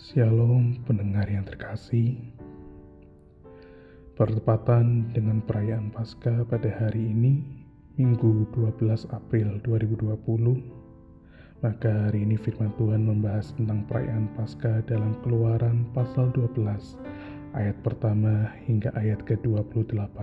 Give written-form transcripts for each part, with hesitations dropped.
Shalom pendengar yang terkasih. Bertepatan dengan perayaan Paskah pada hari ini, Minggu 12 April 2020, maka hari ini firman Tuhan membahas tentang perayaan Paskah dalam Keluaran pasal 12 ayat pertama hingga ayat ke-28.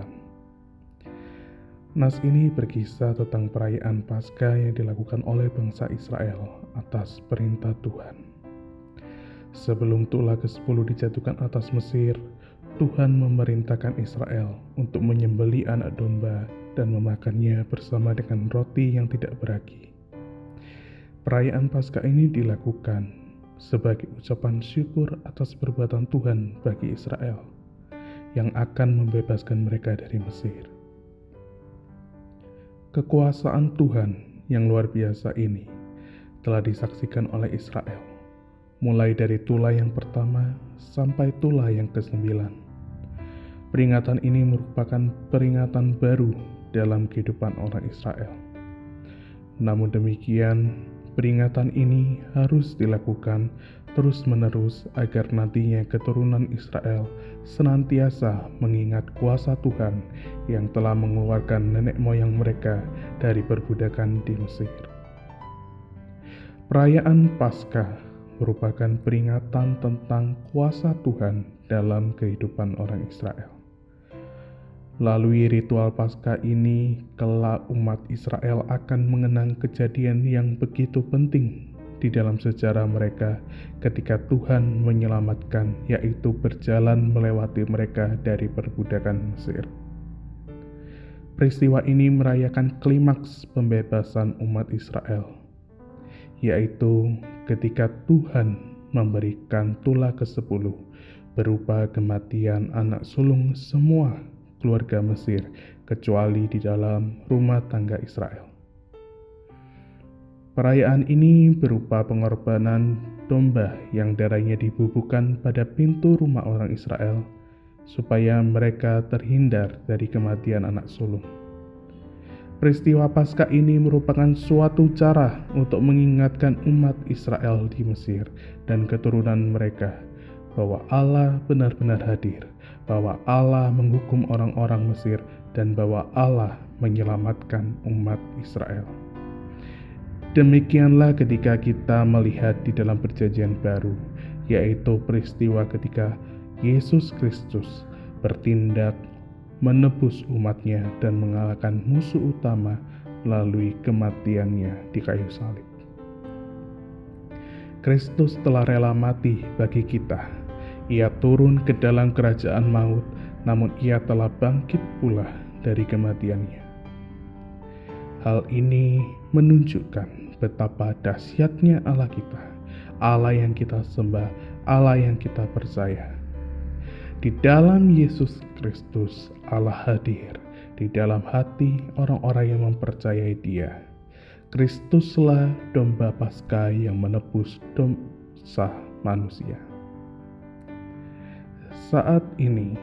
Nas ini berkisah tentang perayaan Paskah yang dilakukan oleh bangsa Israel atas perintah Tuhan. Sebelum tulah ke-10 dijatuhkan atas Mesir, Tuhan memerintahkan Israel untuk menyembelih anak domba dan memakannya bersama dengan roti yang tidak beragi. Perayaan Paskah ini dilakukan sebagai ucapan syukur atas perbuatan Tuhan bagi Israel yang akan membebaskan mereka dari Mesir. Kekuasaan Tuhan yang luar biasa ini telah disaksikan oleh Israel, mulai dari tulah yang pertama sampai tulah yang ke-9. Peringatan ini merupakan peringatan baru dalam kehidupan orang Israel. Namun demikian, peringatan ini harus dilakukan terus-menerus agar nantinya keturunan Israel senantiasa mengingat kuasa Tuhan yang telah mengeluarkan nenek moyang mereka dari perbudakan di Mesir. Perayaan Paskah merupakan peringatan tentang kuasa Tuhan dalam kehidupan orang Israel. Melalui ritual Paskah ini, kelak umat Israel akan mengenang kejadian yang begitu penting di dalam sejarah mereka ketika Tuhan menyelamatkan, yaitu berjalan melewati mereka dari perbudakan Mesir. Peristiwa ini merayakan klimaks pembebasan umat Israel, yaitu ketika Tuhan memberikan tulah ke-10 berupa kematian anak sulung semua keluarga Mesir kecuali di dalam rumah tangga Israel. Perayaan ini berupa pengorbanan domba yang darahnya dibubuhkan pada pintu rumah orang Israel supaya mereka terhindar dari kematian anak sulung. Peristiwa Paskah ini merupakan suatu cara untuk mengingatkan umat Israel di Mesir dan keturunan mereka bahwa Allah benar-benar hadir, bahwa Allah menghukum orang-orang Mesir, dan bahwa Allah menyelamatkan umat Israel. Demikianlah ketika kita melihat di dalam Perjanjian Baru, yaitu peristiwa ketika Yesus Kristus bertindak menebus umatnya dan mengalahkan musuh utama melalui kematiannya di kayu salib. Kristus telah rela mati bagi kita. Ia turun ke dalam kerajaan maut, namun ia telah bangkit pula dari kematiannya. Hal ini menunjukkan betapa dahsyatnya Allah kita, Allah yang kita sembah, Allah yang kita percaya. Di dalam Yesus Kristus, Allah hadir di dalam hati orang-orang yang mempercayai Dia. Kristuslah domba Paskah yang menebus dosa manusia. Saat ini,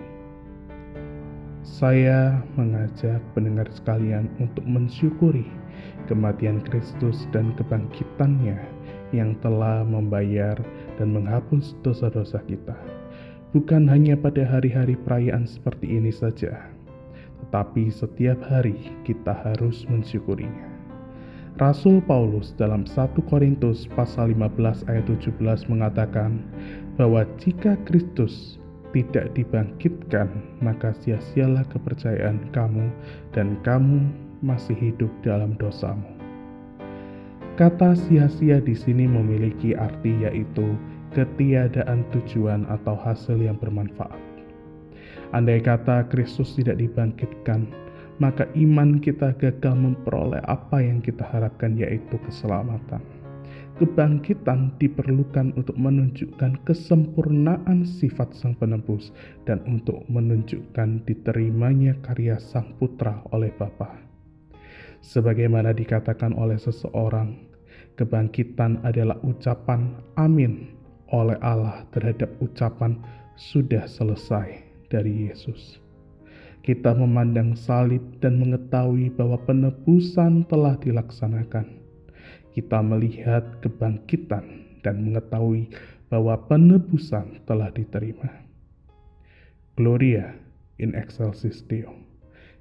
saya mengajak pendengar sekalian untuk mensyukuri kematian Kristus dan kebangkitannya yang telah membayar dan menghapus dosa-dosa kita. Bukan hanya pada hari-hari perayaan seperti ini saja, tetapi setiap hari kita harus mensyukurinya. Rasul Paulus dalam 1 Korintus pasal 15 ayat 17 mengatakan bahwa jika Kristus tidak dibangkitkan, maka sia-sialah kepercayaan kamu dan kamu masih hidup dalam dosamu. Kata sia-sia di sini memiliki arti yaitu ketiadaan tujuan atau hasil yang bermanfaat. Andai kata Kristus tidak dibangkitkan, maka iman kita gagal memperoleh apa yang kita harapkan, yaitu keselamatan. Kebangkitan diperlukan untuk menunjukkan kesempurnaan sifat Sang Penebus dan untuk menunjukkan diterimanya karya Sang Putra oleh Bapa. Sebagaimana dikatakan oleh seseorang, kebangkitan adalah ucapan amin oleh Allah terhadap ucapan sudah selesai dari Yesus. Kita memandang salib dan mengetahui bahwa penebusan telah dilaksanakan. Kita melihat kebangkitan dan mengetahui bahwa penebusan telah diterima. Gloria in excelsis Deo.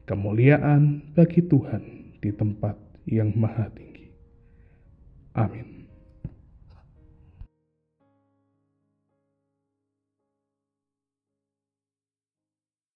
Kemuliaan bagi Tuhan di tempat yang maha tinggi. Amin.